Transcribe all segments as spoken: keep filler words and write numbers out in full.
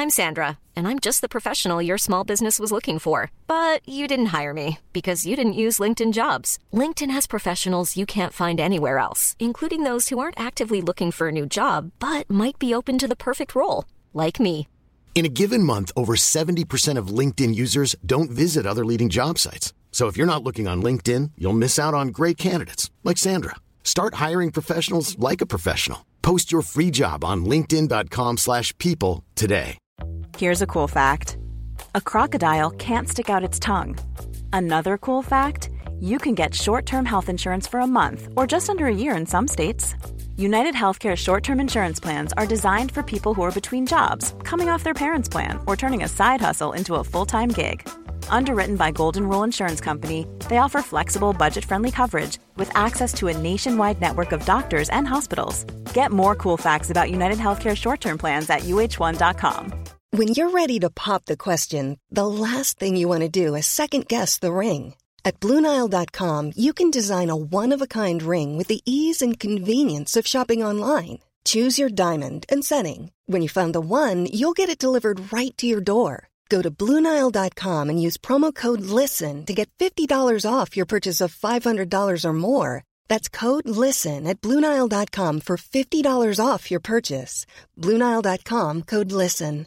I'm Sandra, and I'm just the professional your small business was looking for. But you didn't hire me because you didn't use LinkedIn Jobs. LinkedIn has professionals you can't find anywhere else, including those who aren't actively looking for a new job, but might be open to the perfect role, like me. In a given month, over seventy percent of LinkedIn users don't visit other leading job sites. So if you're not looking on LinkedIn, you'll miss out on great candidates like Sandra. Start hiring professionals like a professional. Post your free job on linkedin dot com slash people today. Here's a cool fact. A crocodile can't stick out its tongue. Another cool fact, you can get short-term health insurance for a month or just under a year in some states. United Healthcare short-term insurance plans are designed for people who are between jobs, coming off their parents' plan, or turning a side hustle into a full-time gig. Underwritten by Golden Rule Insurance Company, they offer flexible, budget-friendly coverage with access to a nationwide network of doctors and hospitals. Get more cool facts about United Healthcare short-term plans at U H one dot com. When you're ready to pop the question, the last thing you want to do is second-guess the ring. At Blue Nile dot com, you can design a one-of-a-kind ring with the ease and convenience of shopping online. Choose your diamond and setting. When you find the one, you'll get it delivered right to your door. Go to Blue Nile dot com and use promo code LISTEN to get fifty dollars off your purchase of five hundred dollars or more. That's code LISTEN at Blue Nile dot com for fifty dollars off your purchase. Blue Nile dot com, code LISTEN.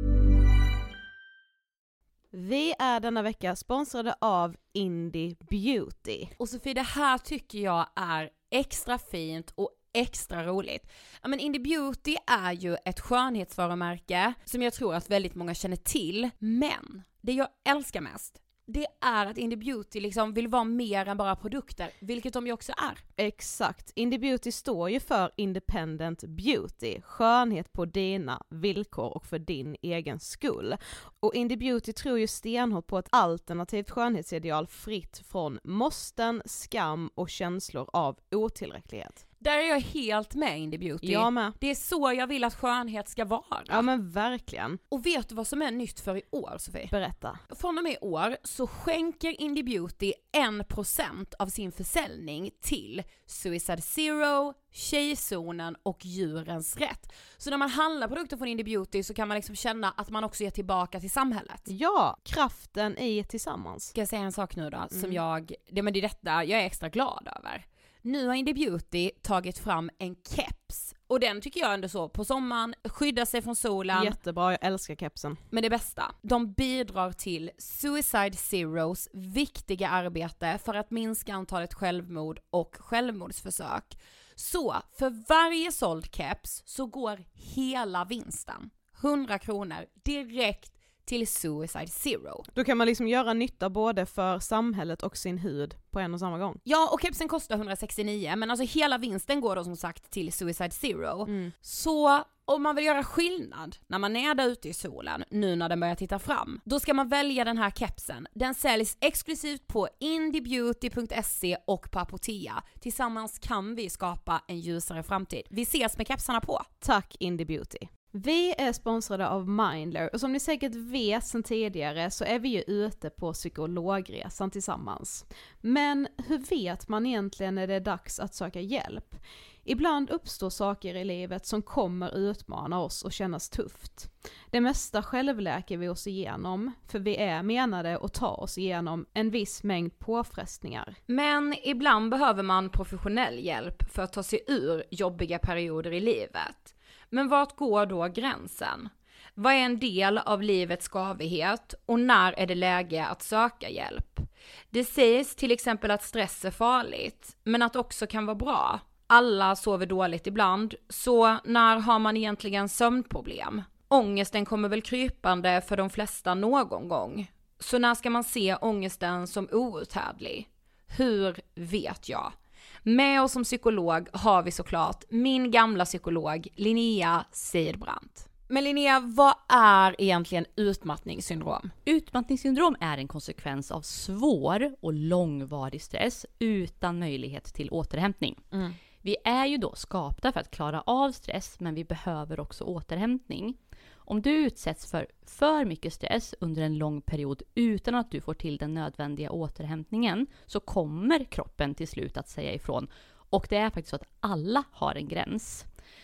Vi är denna vecka sponsrade av Indie Beauty. Och Sofie, det här tycker jag är extra fint och extra roligt. Ja, men Indie Beauty är ju ett skönhetsvarumärke som jag tror att väldigt många känner till. Men det jag älskar mest, det är att Indie Beauty liksom vill vara mer än bara produkter, vilket de ju också är. Exakt. Indie Beauty står ju för Independent Beauty, skönhet på dina villkor och för din egen skull. Och Indie Beauty tror ju stenhårt på ett alternativt skönhetsideal fritt från måsten, skam och känslor av otillräcklighet. Där är jag helt med Indie Beauty. Jag med. Det är så jag vill att skönhet ska vara. Ja men verkligen. Och vet du vad som är nytt för i år, Sofie? Berätta. Från och med i år så skänker Indie Beauty en procent av sin försäljning till Suicide Zero, Tjejzonen och Djurens Rätt. Så när man handlar produkter från Indie Beauty så kan man liksom känna att man också ger tillbaka till samhället. Ja, kraften i tillsammans. Ska jag säga en sak nu då? Mm. Som jag, det, men det är detta jag är extra glad över. Nu har Indie Beauty tagit fram en keps. Och den tycker jag ändå så, på sommaren, skydda sig från solen. Jättebra, jag älskar kepsen. Men det bästa, de bidrar till Suicide Zeros viktiga arbete för att minska antalet självmord och självmordsförsök. Så för varje såld keps så går hela vinsten, hundra kronor, direkt till Suicide Zero. Då kan man liksom göra nytta både för samhället och sin hud på en och samma gång. Ja, och kepsen kostar hundrasextionio, men alltså hela vinsten går då som sagt till Suicide Zero. Mm. Så om man vill göra skillnad när man är där ute i solen, nu när den börjar titta fram, då ska man välja den här kepsen. Den säljs exklusivt på indiebeauty punkt se och på Apotea. Tillsammans kan vi skapa en ljusare framtid. Vi ses med kepsarna på. Tack Indie Beauty. Vi är sponsrade av Mindler och som ni säkert vet sedan tidigare så är vi ju ute på psykologresan tillsammans. Men hur vet man egentligen när det är dags att söka hjälp? Ibland uppstår saker i livet som kommer utmana oss och kännas tufft. Det mesta självläker vi oss igenom för vi är menade att ta oss igenom en viss mängd påfrestningar. Men ibland behöver man professionell hjälp för att ta sig ur jobbiga perioder i livet. Men vart går då gränsen? Vad är en del av livets skavighet och när är det läge att söka hjälp? Det sägs till exempel att stress är farligt, men att också kan vara bra. Alla sover dåligt ibland, så när har man egentligen sömnproblem? Ångesten kommer väl krypande för de flesta någon gång. Så när ska man se ångesten som outhärdlig? Hur vet jag? Med oss som psykolog har vi såklart min gamla psykolog Linnea Seidbrant. Men Linnea, vad är egentligen utmattningssyndrom? Utmattningssyndrom är en konsekvens av svår och långvarig stress utan möjlighet till återhämtning. Mm. Vi är ju då skapta för att klara av stress, men vi behöver också återhämtning. Om du utsätts för för mycket stress under en lång period utan att du får till den nödvändiga återhämtningen så kommer kroppen till slut att säga ifrån. Och det är faktiskt så att alla har en gräns.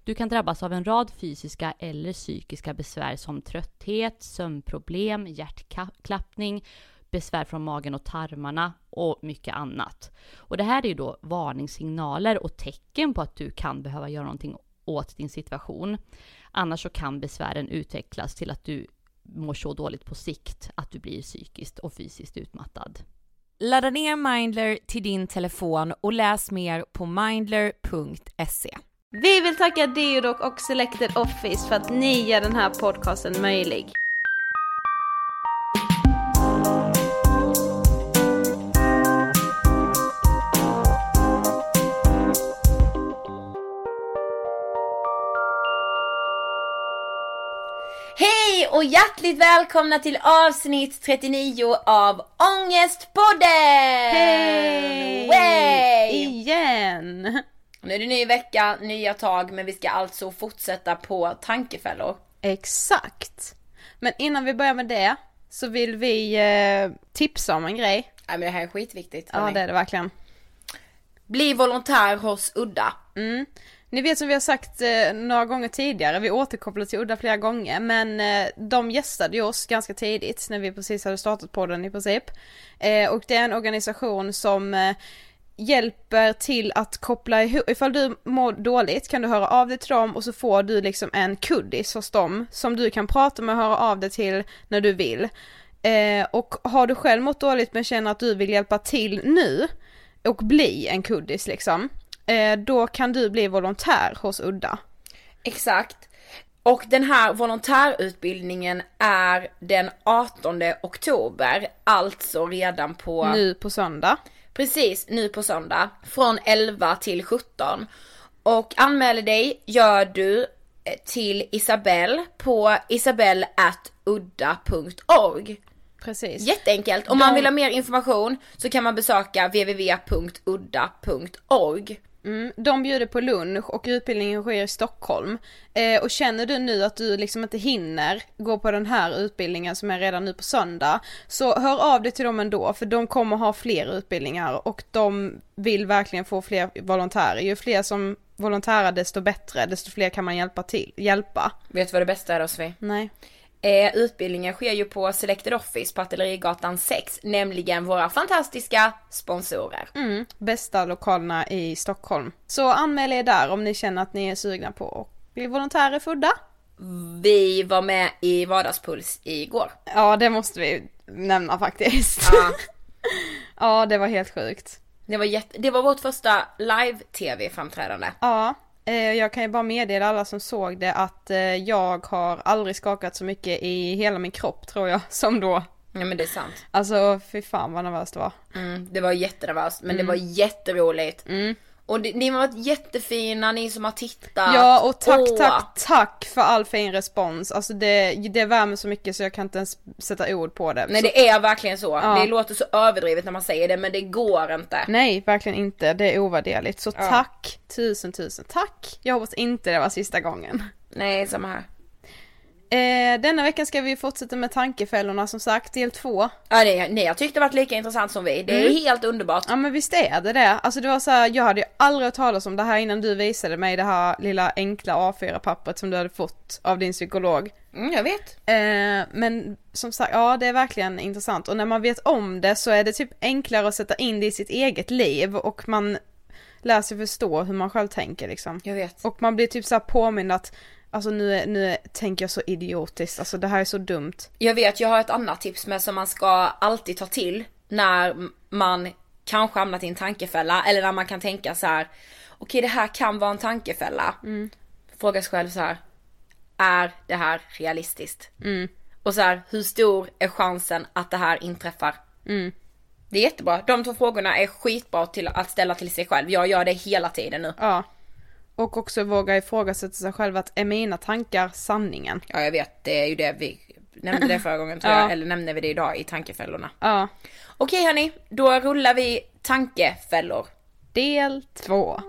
Du kan drabbas av en rad fysiska eller psykiska besvär som trötthet, sömnproblem, hjärtklappning, besvär från magen och tarmarna och mycket annat. Och det här är ju då varningssignaler och tecken på att du kan behöva göra någonting åt din situation. Annars så kan besvären utvecklas till att du mår så dåligt på sikt att du blir psykiskt och fysiskt utmattad. Ladda ner Mindler till din telefon och läs mer på mindler punkt se. Vi vill tacka Deodoc och Selected Office för att ni gör den här podcasten möjlig. Hej och hjärtligt välkomna till avsnitt trettionio av Ångestpodden! Hej! Way! Igen! Nu är det ny vecka, nya tag, men vi ska alltså fortsätta på tankefällor. Exakt. Men innan vi börjar med det så vill vi eh, tipsa om en grej. Ja, men det här är skitviktigt. Ja, det är det verkligen. Bli volontär hos Udda. Mm. Ni vet som vi har sagt eh, några gånger tidigare, vi återkopplar till Udda flera gånger, men eh, de gästade ju oss ganska tidigt när vi precis hade startat podden i princip. Eh, och det är en organisation som eh, hjälper till att koppla ihop, ifall du mår dåligt kan du höra av dig till dem och så får du liksom en kuddis hos dem som du kan prata med och höra av dig till när du vill. Eh, och har du själv mått dåligt men känner att du vill hjälpa till nu och bli en kuddis liksom, då kan du bli volontär hos Udda. Exakt. Och den här volontärutbildningen är den artonde oktober, alltså redan på... Nu på söndag. Precis, nu på söndag. Från elva till sjutton. Och anmäler dig gör du till Isabelle på isabelle at udda punkt org. Precis. Jätteenkelt. Om man vill ha mer information så kan man besöka w w w punkt udda punkt org. Mm, de bjuder på lunch och utbildningen sker i Stockholm. Eh, och känner du nu att du liksom inte hinner gå på den här utbildningen som är redan nu på söndag, så hör av dig till dem ändå, för de kommer ha fler utbildningar och de vill verkligen få fler volontärer. Ju fler som volontärer desto bättre, desto fler kan man hjälpa till. Hjälpa. Vet du vad det bästa är då, Sofie? Nej. Eh, utbildningen sker ju på Selected Office på Artillerigatan sex, nämligen våra fantastiska sponsorer. Mm, bästa lokalerna i Stockholm. Så anmäl er där om ni känner att ni är sugna på att bli volontärer för Udda. Vi var med i Vardagspuls igår. Ja, det måste vi nämna faktiskt. Ja, ja det var helt sjukt. Det var, jätte... det var vårt första live-tv-framträdande. Ja. Jag kan ju bara meddela alla som såg det att jag har aldrig skakat så mycket i hela min kropp, tror jag, som då. Ja, men det är sant. Alltså, fy fan vad nervöst det var. Mm, det var jättenervöst, men mm. det var jätteroligt. Mm. Och det, ni har varit jättefina, ni som har tittat. Ja, och tack, Åh. tack, tack för all fin respons. Alltså det, det värmer så mycket så jag kan inte ens sätta ord på det. Nej, så... det är verkligen så. Ja. Det låter så överdrivet när man säger det, men det går inte. Nej, verkligen inte. Det är ovärderligt. Så ja. Tack, tusen, tusen tack. Jag hoppas inte det var sista gången. Nej, samma här. Eh, denna veckan ska vi fortsätta med tankefällorna, som sagt, del två. Ja, nej, nej, jag tyckte det var lika intressant som vi. Det är mm. helt underbart. Ja, men visst är det det. Alltså det var så här, jag hade ju aldrig hört talas om det här innan du visade mig det här lilla enkla A fyra pappret som du hade fått av din psykolog. Mm, jag vet. Eh, men som sagt, ja, det är verkligen intressant. Och när man vet om det så är det typ enklare att sätta in det i sitt eget liv, och man lär sig förstå hur man själv tänker liksom. Jag vet. Och man blir typ så här påmind att alltså nu, är, nu är, tänker jag så idiotiskt. Alltså det här är så dumt. Jag vet, jag har ett annat tips med som man ska alltid ta till när man kanske hamnat i en tankefälla, eller när man kan tänka så här: okej, okay, det här kan vara en tankefälla. Mm. Fråga sig själv så här: är det här realistiskt? Mm. Och så här, hur stor är chansen att det här inträffar? Mm. Det är jättebra. De två frågorna är skitbra till att ställa till sig själv. Jag gör det hela tiden nu. Ja. Och också våga ifrågasätta sig själv, att är mina tankar sanningen? Ja, jag vet. Det är ju det vi nämnde det förra gången, tror ja. jag. Eller nämnde vi det idag i tankefällorna. Ja. Okej, hörni. Då rullar vi tankefällor. Del två.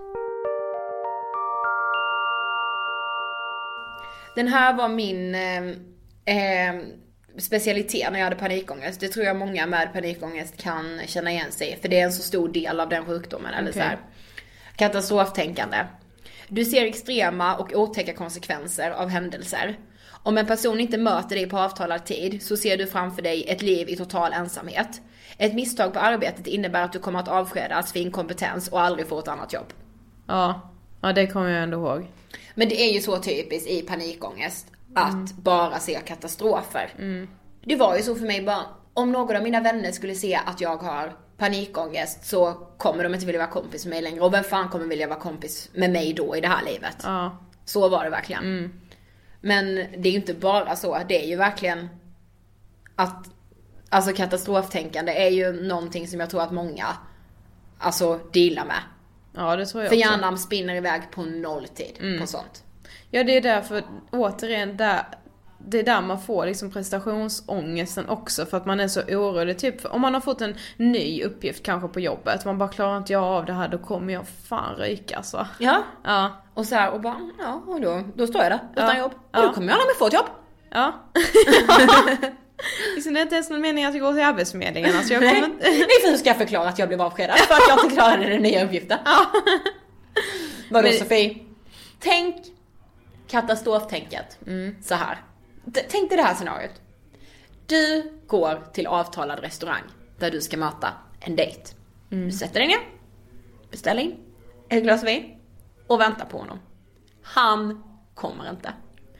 Den här var min eh, eh, specialitet när jag hade panikångest. Det tror jag många med panikångest kan känna igen sig. För det är en så stor del av den sjukdomen. Eller okay. så här, katastroftänkande. Du ser extrema och otäcka konsekvenser av händelser. Om en person inte möter dig på avtalad tid så ser du framför dig ett liv i total ensamhet. Ett misstag på arbetet innebär att du kommer att avskedas för inkompetens och aldrig få ett annat jobb. Ja, ja det kommer jag ändå ihåg. Men det är ju så typiskt i panikångest att mm. bara se katastrofer. Mm. Det var ju så för mig bara, om någon av mina vänner skulle se att jag har panikångest så kommer de inte vilja vara kompis med mig längre. Och vem fan kommer vilja vara kompis med mig då i det här livet? Ja. Så var det verkligen. Mm. Men det är ju inte bara så. Det är ju verkligen att alltså katastroftänkande är ju någonting som jag tror att många alltså dealar med. Ja, det tror jag För också. hjärnan spinner iväg på nolltid mm. på sånt. Ja, det är därför återigen där, det är där man får liksom prestationsångesten också, för att man är så orolig. Typ om man har fått en ny uppgift kanske på jobbet, man bara klarar inte jag av det här, då kommer jag fan ryka alltså. Ja. Ja. Och så här och bara ja, och då då står jag där utan ja. jobb. Och ja. då kommer jag aldrig få ett jobb. Ja. Liksom det är inte ens någon mening att jag går till Arbetsförmedlingen alltså, jag kommer inte... Nej, för hur ska jag förklara att jag blev avskedad för att jag inte klarade den nya uppgiften? Ja. Vadå Men... Sofie? Tänk katastroftänket mm. så här. Tänk dig det här scenariot. Du går till avtalad restaurang där du ska möta en dejt. Mm. Du sätter dig ner, beställer in ett glas vin och väntar på honom. Han kommer inte.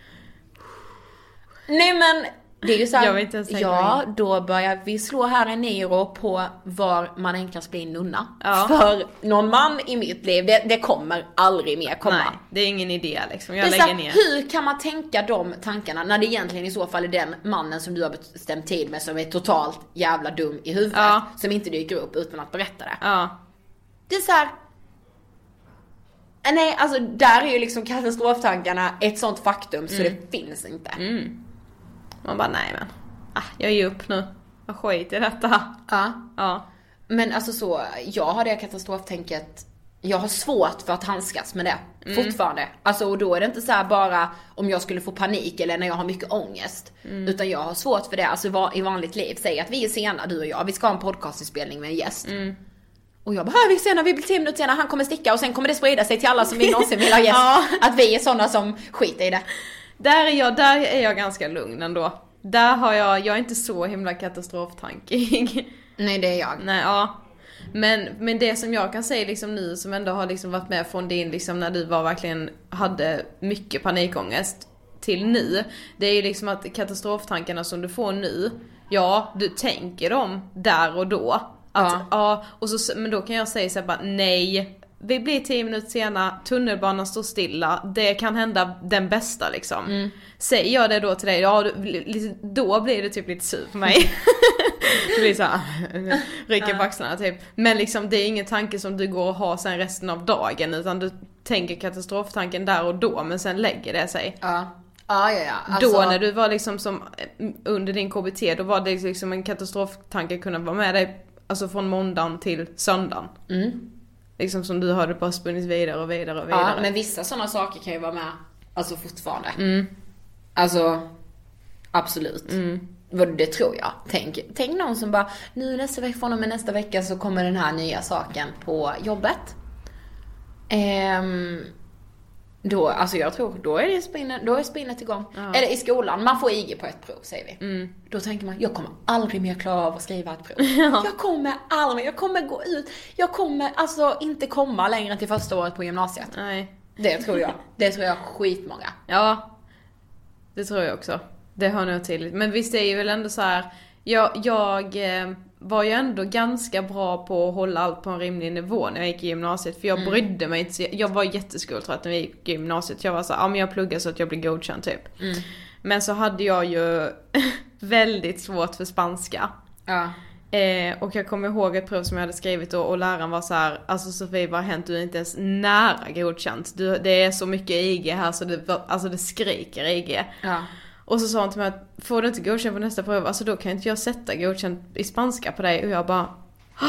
Nej men det är ju så här, jag vet inte ja, då börjar vi slå här en nero på var man enklast blir nunna. Ja. För någon man i mitt liv, det, det kommer aldrig mer komma. Nej, det är ingen idé liksom. Jag det lägger här, ner. Hur kan man tänka de tankarna när det egentligen i så fall är den mannen som du har bestämt tid med som är totalt jävla dum i huvudet, ja. som inte dyker upp utan att berätta det. Ja. Det är så här. Nej, alltså där är ju liksom katastroftankarna ett sånt faktum så mm. det finns inte. Mm. Man bara, nej men, ah, jag ger upp nu. Jag skit i detta. Ja. Ja. Men alltså så, jag har det katastroftänket, jag har svårt för att handskas med det. Mm. Fortfarande. Alltså och då är det inte så här bara om jag skulle få panik eller när jag har mycket ångest. Mm. Utan jag har svårt för det, alltså i vanligt liv. Säg att vi är sena, du och jag, vi ska ha en podcastinspelning med en gäst. Mm. Och jag bara, vi är sena, vi blir tio minuter sena, han kommer sticka och sen kommer det sprida sig till alla som vi någonsin vill ha gäst. Ja. Att vi är sådana som skiter i det. Där är jag, där är jag ganska lugn ändå. Där har jag, jag är inte så himla katastroftankig. Nej, det är jag. Nej, ja. Men, men det som jag kan säga liksom nu, som ändå har liksom varit med från din, liksom när du var verkligen, hade mycket panikångest till nu. Det är ju liksom att katastroftankarna som du får nu, ja, du tänker dem där och då. Att, ja. ja och så, men då kan jag säga så här bara, nej. Vi blir tio minuter sena, tunnelbanan står stilla. Det kan hända den bästa liksom. Mm. Säger jag det då till dig, ja då blir det typ lite sur för mig. Det blir så här, rycker på axlarna typ. Men liksom det är ingen tanke som du går och har sen resten av dagen, utan du tänker katastroftanken där och då, men sen lägger det sig. Ja. Ja, ja, ja. Alltså... Då när du var liksom som under din K B T, då var det liksom en katastroftanke kunna vara med dig, alltså från måndagen till söndagen. Mm. Liksom som du hade bara spunnit vidare och vidare och vidare. Ja, men vissa sådana saker kan ju vara med, alltså fortfarande. Mm. Alltså, absolut. Mm. Det tror jag. Tänk, tänk någon som bara, nu nästa vecka, från och med nästa vecka så kommer den här nya saken på jobbet. Ehm, då, alltså jag tror, då är det spinnet, då är spinnet igång. Ja. Eller i skolan, man får I G på ett prov, säger vi. Mm. Då tänker man, jag kommer aldrig mer klara av att skriva ett prov. Ja. Jag kommer aldrig, jag kommer gå ut, jag kommer alltså inte komma längre till första året på gymnasiet. Nej. Det tror jag. Det tror jag skitmånga. Ja, det tror jag också. Det hör nog till. Men visst är ju väl ändå så här, jag, jag eh, var ju ändå ganska bra på att hålla allt på en rimlig nivå när jag gick i gymnasiet. För jag mm. brydde mig inte. Jag var jätteskoltrött när jag gick i gymnasiet. Jag var så här, ja men jag pluggar så att jag blir godkänd typ. Mm. Men så hade jag ju väldigt svårt för spanska. Ja. Eh, och jag kommer ihåg ett prov som jag hade skrivit och, och läraren var så här, alltså Sofie, vad har hänt? Du är inte ens nära godkänt. Du, det är så mycket I G här så det, alltså det skriker I G. Ja. Och så sa han till mig att får du inte godkänt på nästa prov, alltså då kan inte jag sätta godkänt i spanska på dig. Och jag bara,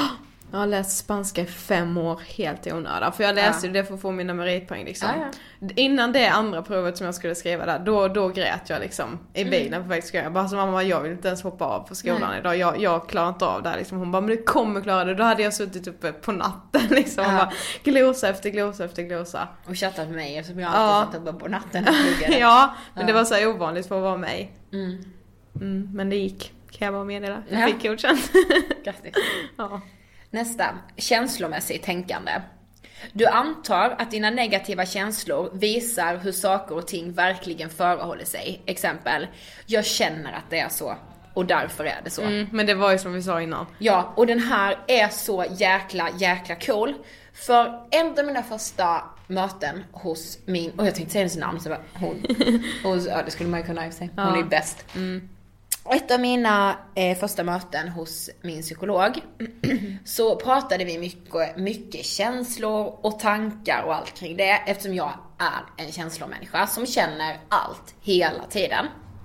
Jag har läst spanska i fem år helt i onödan. För jag läste ju ja. det för att få mina meritpoäng liksom. Ja, ja. Innan det andra provet som jag skulle skriva där, då, då grät jag liksom i bilen mm. på väg till skolan. Jag bara, så mamma, jag vill inte ens hoppa av på skolan Nej. idag. Jag, jag klarar inte av det här liksom. Hon bara, men du kommer klara det. Då hade jag suttit uppe på natten liksom. Ja. Och bara glosa efter glosa efter glosa. Och chattat med mig eftersom jag alltid ja. satt uppe på natten. ja, men ja. det var så ovanligt för att vara mig. Mm. Mm, men det gick. Kan jag bara meddela. Jag fick godkänt. Grattis. ja. Nästa. Känslomässigt tänkande. Du antar att dina negativa känslor visar hur saker och ting verkligen förehåller sig. Exempel. Jag känner att det är så. Och därför är det så. Mm, men det var ju som vi sa innan. Ja, och den här är så jäkla, jäkla cool. För en av mina första möten hos min... Och jag tänkte säga hennes namn så bara, hon. Och, ja, det skulle man ju kunna säga. Hon ja. är bäst. Mm. Ett av mina eh, första möten hos min psykolog så pratade vi mycket, mycket känslor och tankar och allt kring det. Eftersom jag är en känslomänniska som känner allt hela tiden.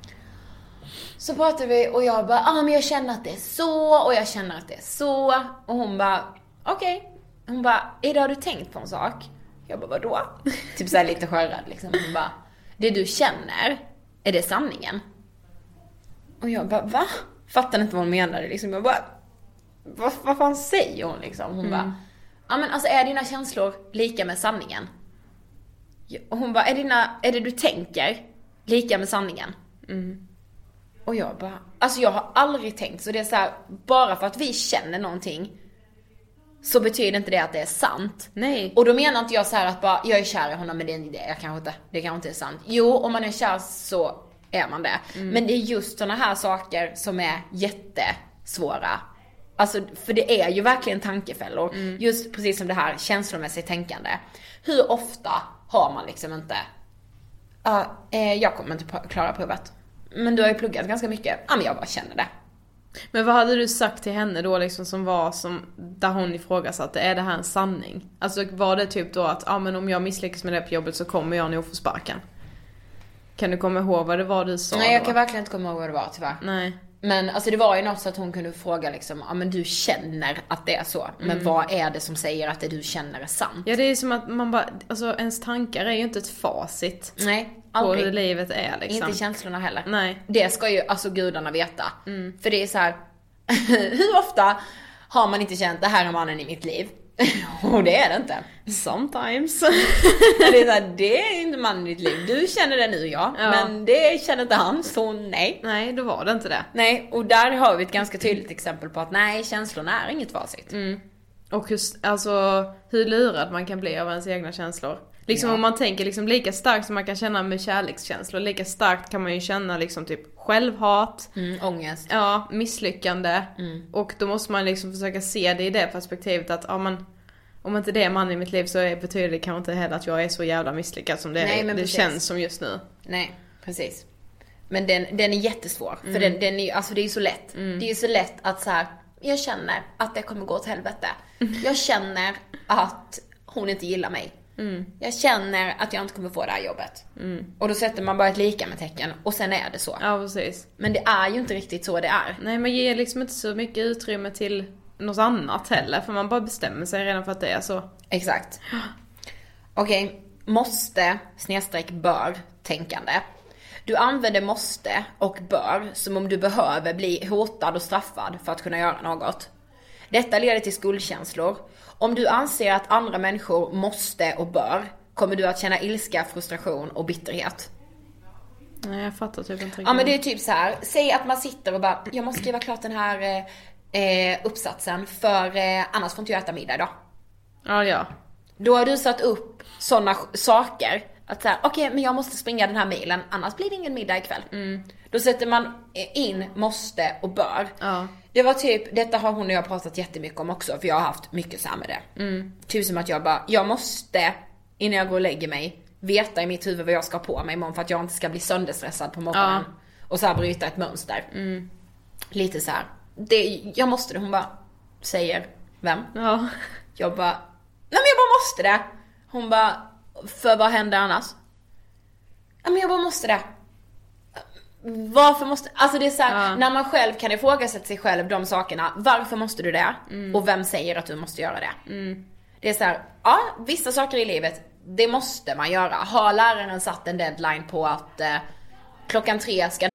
Så pratade vi och jag bara, ah, men jag känner att det är så och jag känner att det är så. Och hon bara, okej. Okay. Hon bara, är det har du tänkt på en sak? Jag bara, vadå? Typ såhär lite skärrad liksom. Hon bara, det du känner, är det sanningen? Och jag bara, va? Fattar inte vad hon menade liksom. Jag bara, vad, vad fan säger hon liksom? Hon mm. bara, ja men alltså är dina känslor lika med sanningen? Och hon bara, är, dina, är det du tänker lika med sanningen? Mm. Och jag bara, alltså jag har aldrig tänkt så. Det är så här, bara för att vi känner någonting så betyder inte det att det är sant. Nej. Och då menar inte jag så här att bara, jag är kär i honom men det är en idé. Jag kanske inte, det kanske inte är sant. Jo, om man är kär så är man det. Mm. Men det är just såna här saker som är jättesvåra. Alltså, för det är ju verkligen tankefällor. Mm. Just precis som det här känslomässigt tänkande. Hur ofta har man liksom inte uh, eh, jag kommer inte klara provet. Men du har ju pluggat ganska mycket. Ja, men jag bara känner det. Men vad hade du sagt till henne då liksom som var som där hon ifrågasatte, är det här en sanning? Alltså var det typ då att ja, men om jag misslyckas med det på jobbet så kommer jag nog få sparken? Kan du komma ihåg vad det var du sa? Nej, jag då? kan verkligen inte komma ihåg vad det var tyvärr. Nej. Men alltså det var ju något så att hon kunde fråga liksom, ja men du känner att det är så. Men mm. vad är det som säger att det du känner är sant? Ja, det är som att man bara, alltså ens tankar är ju inte ett facit. Nej, aldrig. På hur livet är liksom. Inte känslorna heller. Nej. Det ska ju alltså gudarna veta. Mm. För det är så här, hur ofta har man inte känt det här är mannen i mitt liv? Och det är det inte. Sometimes. Det är så här, det är inte mannen i ditt liv. Du känner det nu, ja, ja. Men det känner inte han, så nej. Nej, då var det inte det. Nej, och där har vi ett ganska tydligt exempel på att nej, känslorna är inget facit. Mm. Och hur, alltså, hur lurad man kan bli av ens egna känslor. Liksom ja. Om man tänker liksom lika starkt som man kan känna med kärlekskänslor, lika starkt kan man ju känna liksom typ självhat, mm, ångest. Ja, misslyckande. Mm. Och då måste man liksom försöka se det i det perspektivet att ja, man, om inte det är man i mitt liv så är, betyder det kanske inte heller att jag är så jävla misslyckad som det, Nej, är, det känns som just nu. Nej, precis. Men den, den är jättesvår. Mm. För den, den är, alltså det är ju så lätt. Mm. Det är ju så lätt att så här, jag känner att det kommer gå åt helvete. Mm. Jag känner att hon inte gillar mig. Mm. Jag känner att jag inte kommer få det här jobbet. Mm. Och då sätter man bara ett lika med tecken. Och sen är det så. Ja, precis. Men det är ju inte riktigt så det är. Nej, man ger liksom inte så mycket utrymme till något annat heller. För man bara bestämmer sig redan för att det är så. Exakt. Okej, okay. Måste snedstreck bör tänkande. Du använder måste och bör som om du behöver bli hotad och straffad för att kunna göra något. Detta leder till skuldkänslor. Om du anser att andra människor måste och bör, kommer du att känna ilska, frustration och bitterhet. Nej, jag fattar typ inte. Ja, men det är typ så här. Säg att man sitter och bara, jag måste skriva klart den här eh, uppsatsen för eh, annars får inte jag äta middag idag. Ja, ja. Då har du satt upp sådana saker. Att så här, okej, okay, men jag måste springa den här milen, annars blir det ingen middag ikväll. Mm. Då sätter man in måste och bör. Ja. Det var typ, detta har hon och jag pratat jättemycket om också, för jag har haft mycket så här med det. Mm. Typ som att jag bara, jag måste innan jag går och lägger mig veta i mitt huvud vad jag ska på mig imorgon för att jag inte ska bli sönderstressad på morgonen. Ja. Och så här bryta ett mönster. Mm. Lite så här. Det, jag måste det, hon bara säger, vem? Ja. Jag bara, nej men jag bara måste det. Hon bara, för vad händer annars? Ja men jag bara måste det. varför måste, alltså det är så här, Ja. när man själv kan ifrågasätta sig själv de sakerna, varför måste du det? Mm. Och vem säger att du måste göra det? Mm. Det är så här, ja, vissa saker i livet, det måste man göra. Har läraren satt en deadline på att eh, klockan tre ska...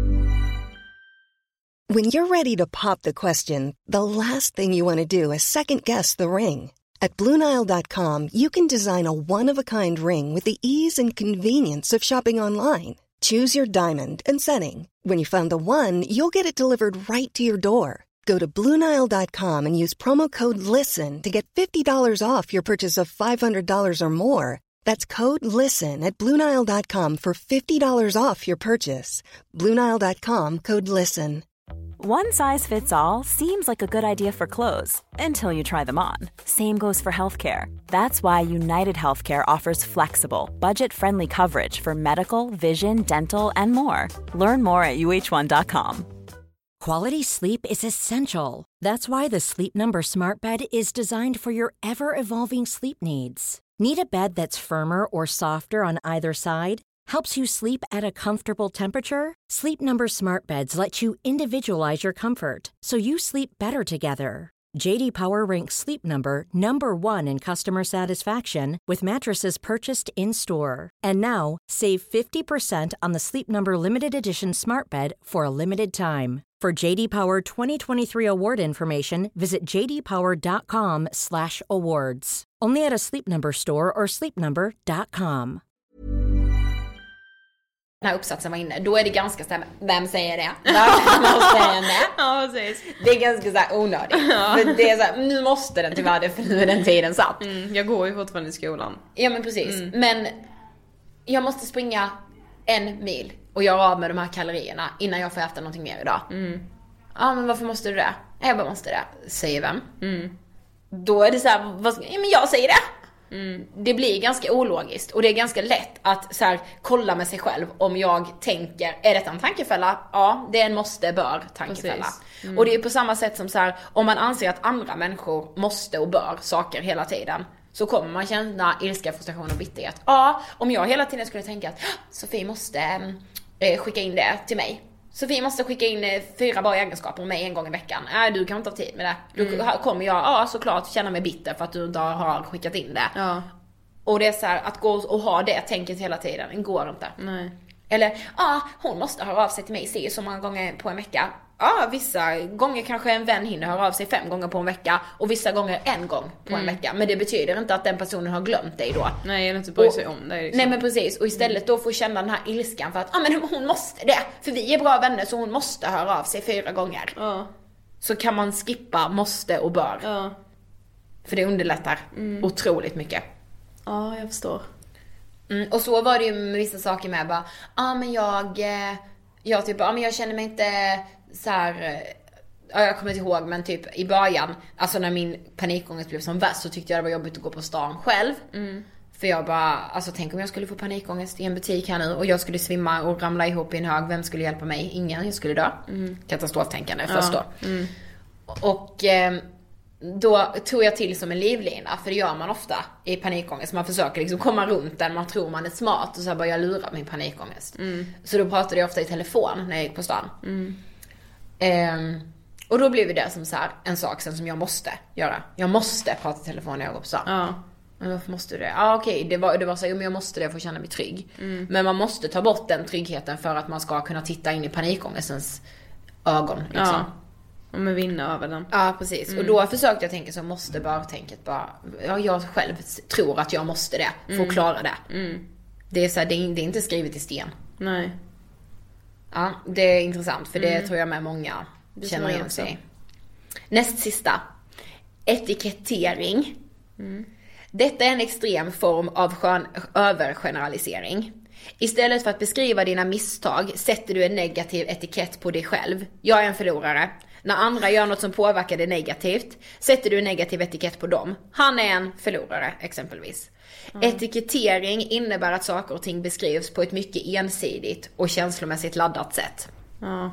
When you're ready to pop the question, the last thing you want to do is second guess the ring. At Blue Nile dot com, you can design a one-of-a-kind ring with the ease and convenience of shopping online. Choose your diamond and setting. When you find the one, you'll get it delivered right to your door. Go to Blue Nile dot com and use promo code LISTEN to get fifty dollars off your purchase of five hundred dollars or more. That's code LISTEN at Blue Nile dot com for fifty dollars off your purchase. Blue Nile dot com, code LISTEN. One size fits all seems like a good idea for clothes until you try them on. Same goes for healthcare. That's why United Healthcare offers flexible, budget-friendly coverage for medical, vision, dental, and more. Learn more at U H one dot com. Quality sleep is essential. That's why the Sleep Number Smart Bed is designed for your ever-evolving sleep needs. Need a bed that's firmer or softer on either side? Helps you sleep at a comfortable temperature? Sleep Number Smart Beds let you individualize your comfort, so you sleep better together. J D Power ranks Sleep Number number one in customer satisfaction with mattresses purchased in-store. And now, save fifty percent on the Sleep Number Limited Edition Smart Bed for a limited time. For J D Power twenty twenty-three award information, visit j d power dot com slash awards. Only at a Sleep Number store or sleep number dot com. Den här uppsatsen var inne, då är det ganska så här, vem säger det? Varför måste den det? Ja, precis. Det är ganska så här onödigt. Ja. För det är så här, nu måste den tyvärr det, för nu är den tiden satt. Mm, jag går ju fortfarande i skolan. Ja, men precis. Mm. Men jag måste springa en mil och göra av med de här kalorierna innan jag får äta någonting mer idag. Mm. Ja, men varför måste du det? Jag bara måste det. Säger vem? Mm. Då är det så här, vad ska, ja, men jag säger det. Mm. Det blir ganska ologiskt och det är ganska lätt att så här, kolla med sig själv om jag tänker, är detta en tankefälla? Ja, det är en måste, bör tankefälla. Mm. Och det är på samma sätt som så här, om man anser att andra människor måste och bör saker hela tiden, så kommer man känna ilska, frustration och bitterhet. Ja, om jag hela tiden skulle tänka att Sofie måste eh, skicka in det till mig. Sofie måste skicka in eh, fyra bra egenskaper om mig en gång i veckan. Nej, du kan inte ha tid med det. Då mm. kommer jag, ja såklart, känna mig bitter för att du inte har skickat in det. Ja. Och det är så här, att gå och ha det tänket hela tiden, går inte. Nej. Eller, ja, hon måste höra av sig till mig se så många gånger på en vecka. Ja, vissa gånger kanske en vän hinner höra av sig fem gånger på en vecka. Och vissa gånger en gång på Mm. en vecka. Men det betyder inte att den personen har glömt dig då. Nej, eller inte bryr sig om dig liksom. Nej, men precis. Och istället då får känna den här ilskan för att, ja men hon måste det. För vi är bra vänner så hon måste höra av sig fyra gånger. Ja. Så kan man skippa måste och bör. Ja. För det underlättar Mm. otroligt mycket. Ja, jag förstår. Mm, och så var det ju med vissa saker med bara, ja ah, men jag eh, jag typ, ja ah, men jag känner mig inte så här, eh, ja, jag kommer inte ihåg, men typ i början, alltså när min panikångest blev som värst, så tyckte jag det var jobbigt att gå på stan själv. Mm. För jag bara, alltså tänk om jag skulle få panikångest i en butik här nu och jag skulle svimma och ramla ihop i en hög, vem skulle hjälpa mig? Ingen, jag skulle dö. Mm. Katastroftänkande först då. Mm. Och eh, då tog jag till som en livlina, för det gör man ofta i panikångest. Man försöker liksom komma runt den, man tror man är smart och så bara jag lurar min panikångest. Mm. Så då pratade jag ofta i telefon när jag gick på stan. Mm. Eh, och då blev det som så här en sak sen som jag måste göra. Jag måste prata i telefon när jag går på stan. Ja. Men varför måste du det? Ja, okej, det var, det var så här, men jag måste det för att känna mig trygg. Mm. Men man måste ta bort den tryggheten för att man ska kunna titta in i panikångestens ögon liksom. Ja. Och med vinna över den. Ja, precis. Mm. Och då försökte jag tänka så, måste bara tänket bara, ja, jag själv tror att jag måste det för att mm. klara det. Mm. Det är så här, det är, det är inte skrivet i sten. Nej. Ja, det är intressant för det Mm. tror jag med många det känner igen sig. Näst sista. Etikettering. Mm. Detta är en extrem form av skön, övergeneralisering. Istället för att beskriva dina misstag sätter du en negativ etikett på dig själv. Jag är en förlorare. När andra gör något som påverkar dig negativt sätter du en negativ etikett på dem. Han är en förlorare exempelvis. Mm. Etikettering innebär att saker och ting beskrivs på ett mycket ensidigt och känslomässigt laddat sätt. Ja.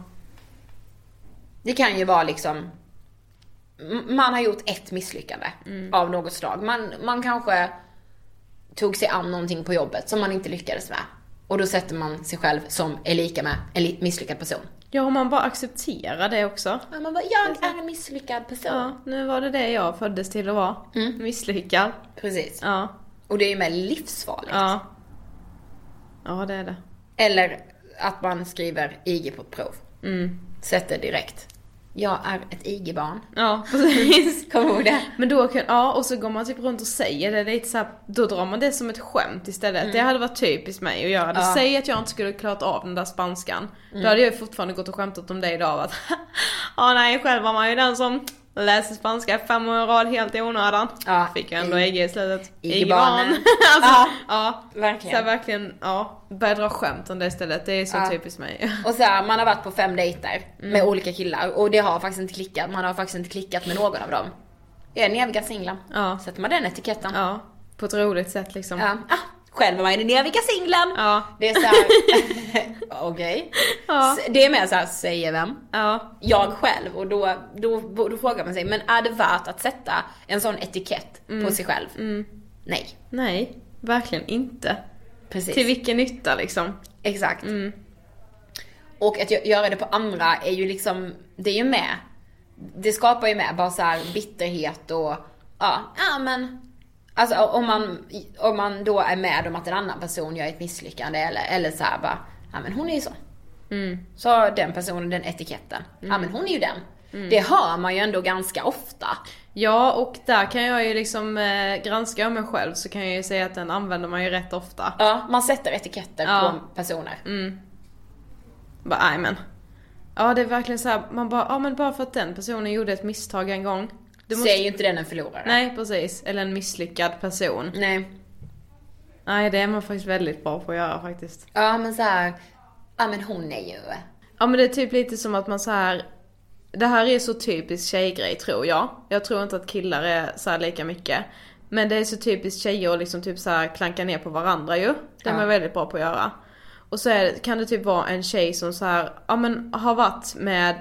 Det kan ju vara liksom, man har gjort ett misslyckande mm. av något slag. Man, man kanske tog sig an någonting på jobbet som man inte lyckades med. Och då sätter man sig själv som är lika med en li- misslyckad person. Ja, om man bara accepterar det också. Ja, man bara, jag är en misslyckad person. Ja, nu var det det jag föddes till att vara. Mm. Misslyckad. Precis. Ja. Och det är ju med livsfarligt. Ja. Ja, det är det. Eller att man skriver I G på ett prov. Mm. Sätter direkt. Jag är ett I G-barn. Ja, precis. Kommer ihåg det? Men då kan, ja, och så går man typ runt och säger det lite så här, då drar man det som ett skämt istället. Mm. Det hade varit typiskt mig att göra det. Ja. Säg att jag inte skulle klarat av den där spanskan. Mm. Då hade jag fortfarande gått och skämtat om det idag. Att, ja, nej, själv var man ju den som läser spanska fem år i rad helt i onödan. Ja. Fick jag ändå I G i slutet. I G-barnen. alltså, ja, ja, verkligen. Så verkligen, ja, börja dra skämt om det istället. Det är så ja. typiskt mig. Och så här, man har varit på fem dejter mm. med olika killar. Och det har faktiskt inte klickat. Man har faktiskt inte klickat med någon av dem. Jag är den eviga singlen. Ja. Sätter man den etiketten. Ja, på ett roligt sätt liksom. Ja. Ah. Själv var man den eviga singlen. Ja. Det är så här. Okej. Okay. Ja. Det är mer så här, säger vem? Ja. Jag själv. Och då, då, då frågar man sig, men är det värt att sätta en sån etikett mm. på sig själv? Mm. Nej. Nej, verkligen inte. Precis. Till vilken nytta liksom. Exakt. Mm. Och att göra det på andra är ju liksom, det är ju med. Det skapar ju med bara så här bitterhet och ja, ja men alltså om man, om man då är med om att en annan person gör ett misslyckande eller, eller så här bara, ja men hon är ju så. Mm. Så den personen, den etiketten. Mm. Ja men hon är ju den. Mm. Det hör man ju ändå ganska ofta. Ja, och där kan jag ju liksom eh, granska mig själv, så kan jag ju säga att den använder man ju rätt ofta. Ja, man sätter etiketter ja. på personer. Mm. Bara, nej men. Ja, det är verkligen så här, man bara, ja men bara för att den personen gjorde ett misstag en gång. Du måste... Säger ju inte den en förlorare. Nej, precis. Eller en misslyckad person. Nej. Nej, det är man faktiskt väldigt bra på att göra faktiskt. Ja, men så här, ja men hon är ju... Ja, men det är typ lite som att man så här, det här är så typiskt tjejgrej tror jag. Jag tror inte att killar är så här lika mycket. Men det är så typiskt tjejer att liksom typ så här klanka ner på varandra ju. Det är ja. man väldigt bra på att göra. Och så är, kan det typ vara en tjej som så här, ja men har varit med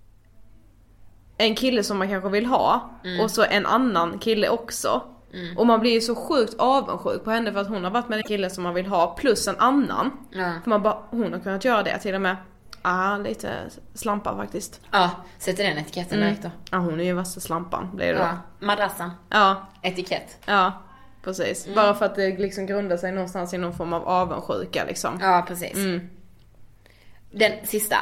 en kille som man kanske vill ha. Mm. Och så en annan kille också. Mm. Och man blir ju så sjukt avundsjuk på henne för att hon har varit med en kille som man vill ha plus en annan. Mm. För man bara, hon har kunnat göra det till och med. Ja, lite slampa faktiskt. Ja, sätter den etiketten mm. direkt då. Ja, hon är ju värsta slampan, blir det då. Ja, madrassen. Ja. Etikett. Ja, precis. Mm. Bara för att det liksom grundar sig någonstans i någon form av avundsjuka liksom. Ja, precis. Mm. Den sista.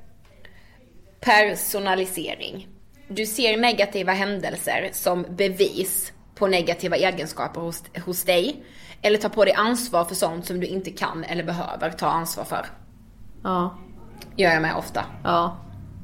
Personalisering. Du ser negativa händelser som bevis på negativa egenskaper hos, hos dig. Eller tar på dig ansvar för sånt som du inte kan eller behöver ta ansvar för. Ja. Gör jag med ofta. Ja.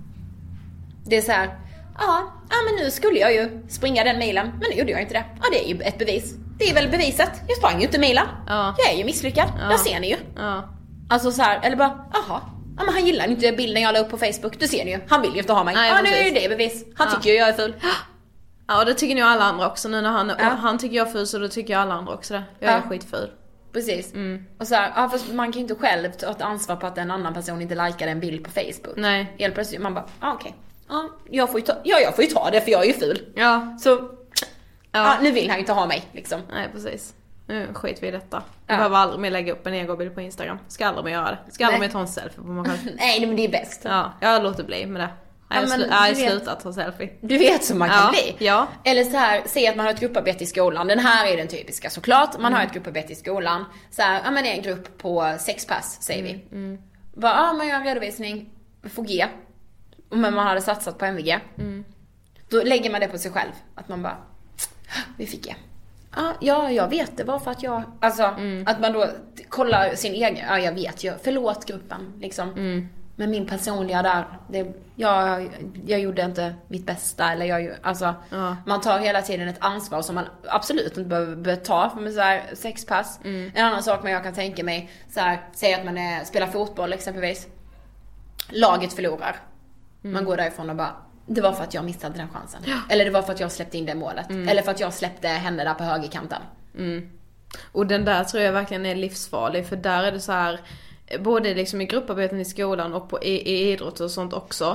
Det är så här, ja, ja men nu skulle jag ju springa den milen, men nu gjorde jag inte det. Ja, det är ju ett bevis. Det är väl beviset. Jag sprang ju inte milen. Ja. Jag är ju misslyckad. Ja. Där ser ni ju. Ja. Alltså så här, eller bara, aha. Ja, men han gillar inte bilden jag la upp på Facebook. Du ser ni ju. Han vill ju inte ha mig. Nej, ja, nu är ju det bevis. Han ja. tycker ju jag är ful. Ja, och det tycker nog alla andra också nu när han, ja. han tycker jag är ful, så då tycker jag alla andra också det. Jag är ja. skitful. Precis. Mm. Och så här, ja, fast man kan ju inte själv ta ett ansvar på att en annan person inte likar en bild på Facebook. Nej. Helt plötsligt man bara, ah, okej. Okay. Ja, jag får ju ta, ja, jag får ju ta det för jag är ju ful. Ja. Så ja. Ja, nu vill han ju inte ha mig liksom. Nej, precis. Nu skit vi i detta. Jag ja. behöver aldrig mer lägga upp en egobild på Instagram. Ska aldrig mer göra det. Ska aldrig mer ta en selfie på mig själv. Nej, men det är bäst. Ja, jag låter bli med det. Jag har ja, slu- slutat ta selfie. Du vet som man kan ja. bli. Ja. Eller så här, säg att man har ett grupparbete i skolan. Den här är den typiska såklart. Man mm. har ett grupparbete i skolan. Så här, ja men det är en grupp på sex pass, säger mm. vi. Mm. Bara, ja man gör en redovisning. Får G. Men man hade satsat på M V G. Mm. Då lägger man det på sig själv. Att man bara, vi fick G. Ah, ja, jag vet, det var för att jag... Alltså, mm. att man då kollar sin egen... Ja, jag vet, jag, förlåt gruppen, liksom. Mm. Men min personliga där, det, jag, jag gjorde inte mitt bästa. Eller jag, alltså, ja. Man tar hela tiden ett ansvar som man absolut inte behöver, behöver ta. För med så här, sex pass. Mm. En annan sak man jag kan tänka mig, så här, säg att man är, spelar fotboll exempelvis. Laget förlorar. Mm. Man går därifrån och bara... Det var för att jag missade den chansen. Ja. Eller det var för att jag släppte in det målet. Mm. Eller för att jag släppte henne där på högerkanten. Mm. Och den där tror jag verkligen är livsfarlig. För där är det så här, både liksom i grupparbeten i skolan och på, i, i idrott och sånt också.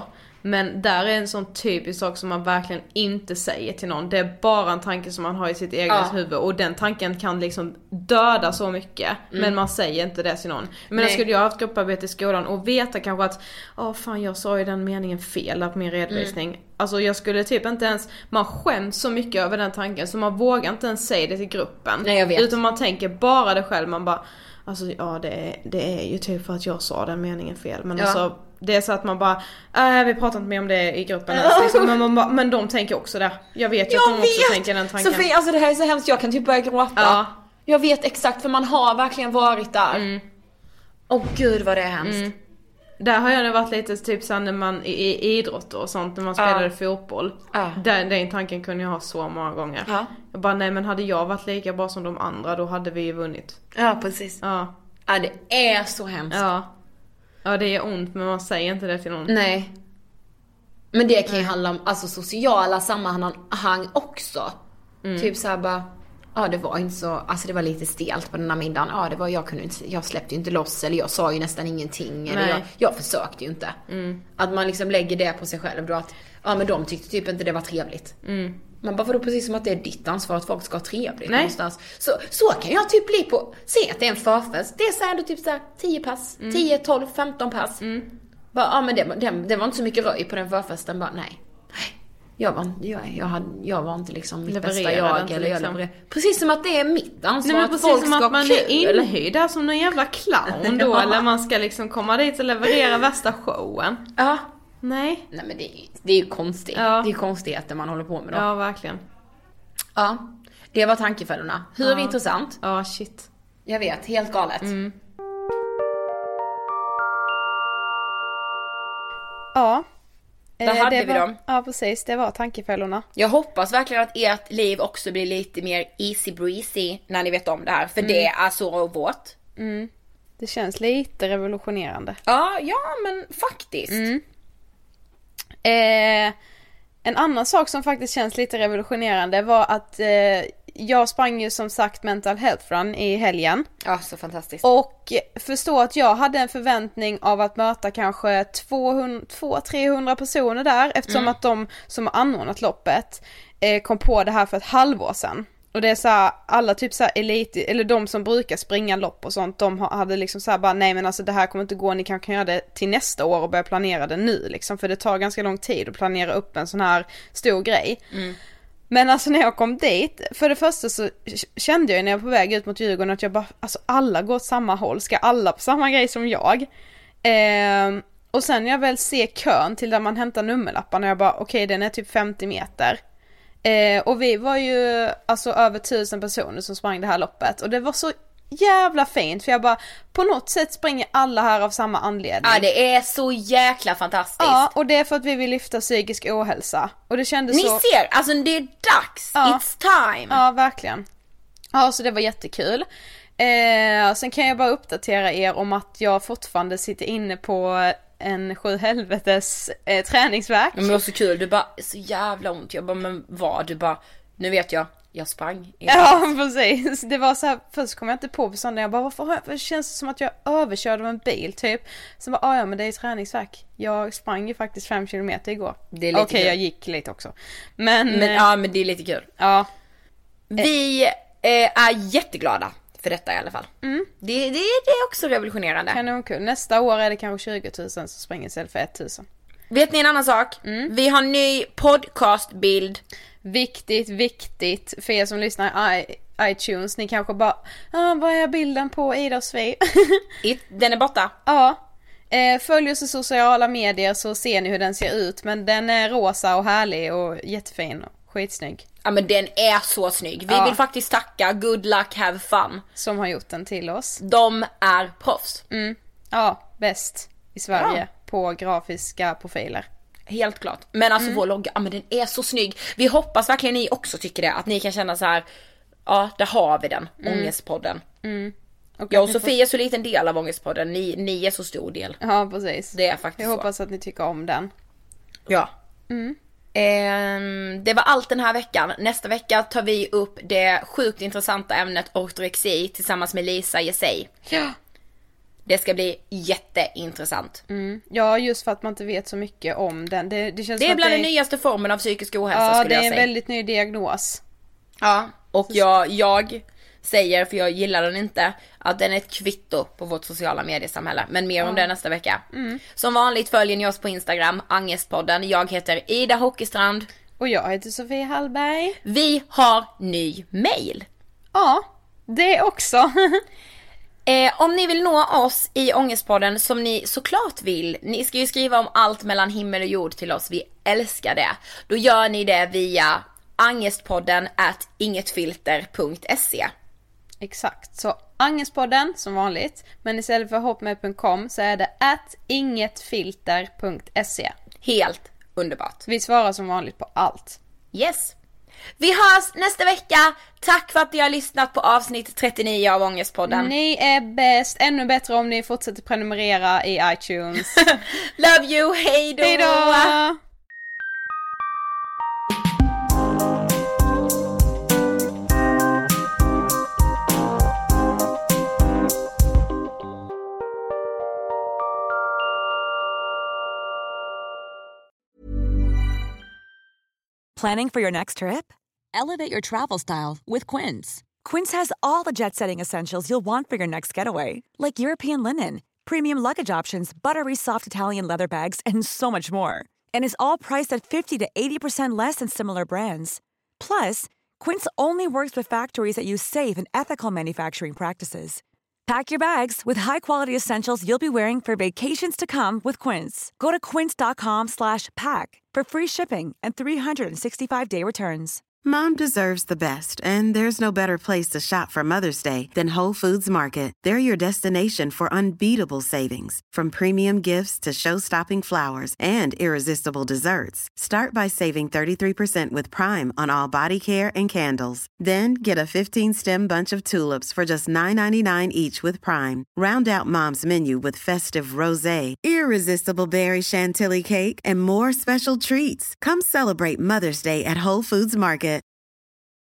Men där är en sån typisk sak som man verkligen inte säger till någon. Det är bara en tanke som man har i sitt eget Ja. huvud. Och den tanken kan liksom döda så mycket. Mm. Men man säger inte det till någon. Men skulle jag ha haft grupparbete i skolan och veta kanske att åh fan, jag sa ju den meningen fel på min redovisning. Mm. Alltså jag skulle typ inte ens, man skäms så mycket över den tanken så man vågar inte ens säga det till gruppen. Nej, jag vet. Utan man tänker bara det själv, man bara alltså ja det är, det är ju typ för att jag sa den meningen fel. Men ja. alltså det är så att man bara äh, vi pratar inte mer om det i gruppen ens, liksom. men, man bara, men de tänker också det. Jag vet ju att de vet. också tänker den tanken. Sofie, alltså det här är så hemskt, jag kan typ börja gråta. Ja. Jag vet exakt, för man har verkligen varit där. Mm. Åh gud vad det är hemskt. Mm. Där har jag nu varit lite typ sen när man i, i idrott och sånt, när man spelade uh. fotboll. Uh. Den, den tanken kunde jag ha så många gånger. Uh. Jag bara, nej men hade jag varit lika bra som de andra, då hade vi ju vunnit. Ja, precis. Ja, ja det är så hemskt. Ja. Ja, det är ont, men man säger inte det till någon. Nej. Men det kan ju handla om alltså, sociala sammanhang också. Mm. Typ så här bara, ja det var inte så, alltså det var lite stelt på den här middagen. Ja det var, jag kunde inte, jag släppte ju inte loss, eller jag sa ju nästan ingenting. Eller jag, jag försökte ju inte. Mm. Att man liksom lägger det på sig själv då, att ja men de tyckte typ inte det var trevligt. Mm. Man bara, för då precis som att det är ditt ansvar att folk ska ha trevligt Nej. någonstans. Så, så kan jag typ bli på, se att det är en förfest. Det är så här då typ så här tio pass, mm. tio, tolv, femton pass. Mm. Bara, ja men det, det, det var inte så mycket röj på den förfesten, bara nej. Jag var, jag, jag, hade, jag var inte liksom mitt bästa jag inte, eller liksom. jag precis som att det är mitt ansvar. Nej, men att folk som ska att man kul. Är inhyrd där som någon jävla clown då. Eller man ska liksom komma dit och leverera värsta showen. Ja. Nej. Nej men det är, det är ju konstigt. Ja. Det är konstigheter man håller på med då. Ja, verkligen. Ja, det var tankefällorna. Hur ja. intressant. Ja, shit. Jag vet, helt galet. Mm. Ja. Där hade det vi var, dem. Ja, precis. Det var tankefällorna. Jag hoppas verkligen att ert liv också blir lite mer easy breezy när ni vet om det här. För mm. det är så vårt. Mm. Det känns lite revolutionerande. Ja, ja men faktiskt. Mm. Eh, en annan sak som faktiskt känns lite revolutionerande var att eh, jag sprang ju som sagt mental health run i helgen. Ja, så fantastiskt. Och förstå att jag hade en förväntning av att möta kanske tvåhundra till trehundra personer där. Eftersom mm. att de som har anordnat loppet eh, kom på det här för ett halvår sedan. Och det är så här, alla typ så här elit, eller de som brukar springa lopp och sånt, de hade liksom så här bara, nej men alltså det här kommer inte gå, ni kan, kan göra det till nästa år och börja planera det nu liksom. För det tar ganska lång tid att planera upp en sån här stor grej. Mm. Men alltså när jag kom dit, för det första så kände jag när jag var på väg ut mot Djurgården att jag bara, alltså alla går åt samma håll, ska alla på samma grej som jag? Eh, och sen när jag väl ser kön till där man hämtar nummerlapparna, jag bara, okej okay, den är typ femtio meter. Eh, och vi var ju alltså över tusen personer som sprang det här loppet, och det var så jävla fint, för jag bara, på något sätt springer alla här av samma anledning. Ja, det är så jäkla fantastiskt. Ja, och det är för att vi vill lyfta psykisk ohälsa. Och det kändes Ni så... ser, alltså det är dags, ja. It's time. Ja, verkligen. Ja, så det var jättekul. Eh, sen kan jag bara uppdatera er om att jag fortfarande sitter inne på en sju helvetes eh, träningsvärk. Men det var så kul, du bara, så jävla ont. Jag bara, men vad? Du bara, nu vet jag. Jag sprang. Ja, precis. Det var så här, först kom jag inte på på söndag. Jag bara, varför har jag, det känns som att jag överkörde av en bil typ. Så bara, ah, ja men det är träningsverk. Jag sprang ju faktiskt fem kilometer igår. Okej, okay, jag gick lite också. Men, men eh, ja, men det är lite kul. Ja. Vi eh, är jätteglada för detta i alla fall. Mm. Det, det, det är också revolutionerande. Kanonkul. Nästa år är det kanske tjugo tusen som springer istället för tusen. Vet ni en annan sak? Mm. Vi har ny podcastbild. Viktigt, viktigt för er som lyssnar i iTunes. Ni kanske bara, ah, vad är bilden på Ida och Svi? Den är borta. Ja. Eh, följ oss i sociala medier så ser ni hur den ser ut. Men den är rosa och härlig och jättefin och skitsnygg. Ja, men den är så snygg. Vi ja. vill faktiskt tacka Good Luck Have Fun som har gjort den till oss. De är proffs. Mm. Ja, bäst i Sverige ja. på grafiska profiler. Helt klart. Men alltså mm. vår logga, ja, men den är så snygg. Vi hoppas verkligen ni också tycker det. Att ni kan känna så här, ja, där har vi den. Mm. Ångestpodden. Mm. Och jag och Sofie är så liten del av Ångestpodden. Ni, ni är så stor del. Ja, precis. Det är faktiskt Jag så. hoppas att ni tycker om den. Ja. Mm. Ehm, det var allt den här veckan. Nästa vecka tar vi upp det sjukt intressanta ämnet ortorexi tillsammans med Lisa Jesej. Ja. Det ska bli jätteintressant. Mm. Ja, just för att man inte vet så mycket om den. Det, det, känns det är bland det... den nyaste formen av psykisk ohälsa, ja, skulle jag säga. Ja, det är en väldigt ny diagnos. Ja, och jag, jag säger, för jag gillar den inte, att den är ett kvitto på vårt sociala mediesamhälle. Men mer ja. om det nästa vecka. Mm. Som vanligt följer ni oss på Instagram, Angestpodden. Jag heter Ida Hockeystrand. Och jag heter Sofie Hallberg. Vi har ny mail. Ja, det också. Eh, om ni vill nå oss i Ångestpodden, som ni såklart vill, ni ska ju skriva om allt mellan himmel och jord till oss, vi älskar det. Då gör ni det via angestpodden at ingetfilter punkt se. Exakt, så Angestpodden som vanligt, men istället för hopmed punkt com så är det at ingetfilter punkt se. Helt underbart. Vi svarar som vanligt på allt. Yes. Vi hörs nästa vecka. Tack för att ni har lyssnat på avsnitt trettionio av Ångestpodden. Ni är bäst. Ännu bättre om ni fortsätter prenumerera i iTunes. Love you. Hej då. Hej då. Planning for your next trip? Elevate your travel style with Quince. Quince has all the jet-setting essentials you'll want for your next getaway, like European linen, premium luggage options, buttery soft Italian leather bags, and so much more. And is all priced at fifty to eighty percent less than similar brands. Plus, Quince only works with factories that use safe and ethical manufacturing practices. Pack your bags with high-quality essentials you'll be wearing for vacations to come with Quince. Go to quince.com slash pack for free shipping and three sixty-five day returns. Mom deserves the best, and there's no better place to shop for Mother's Day than Whole Foods Market. They're your destination for unbeatable savings, from premium gifts to show-stopping flowers and irresistible desserts. Start by saving thirty-three percent with Prime on all body care and candles. Then get a fifteen-stem bunch of tulips for just nine ninety-nine each with Prime. Round out Mom's menu with festive rosé, irresistible berry chantilly cake, and more special treats. Come celebrate Mother's Day at Whole Foods Market.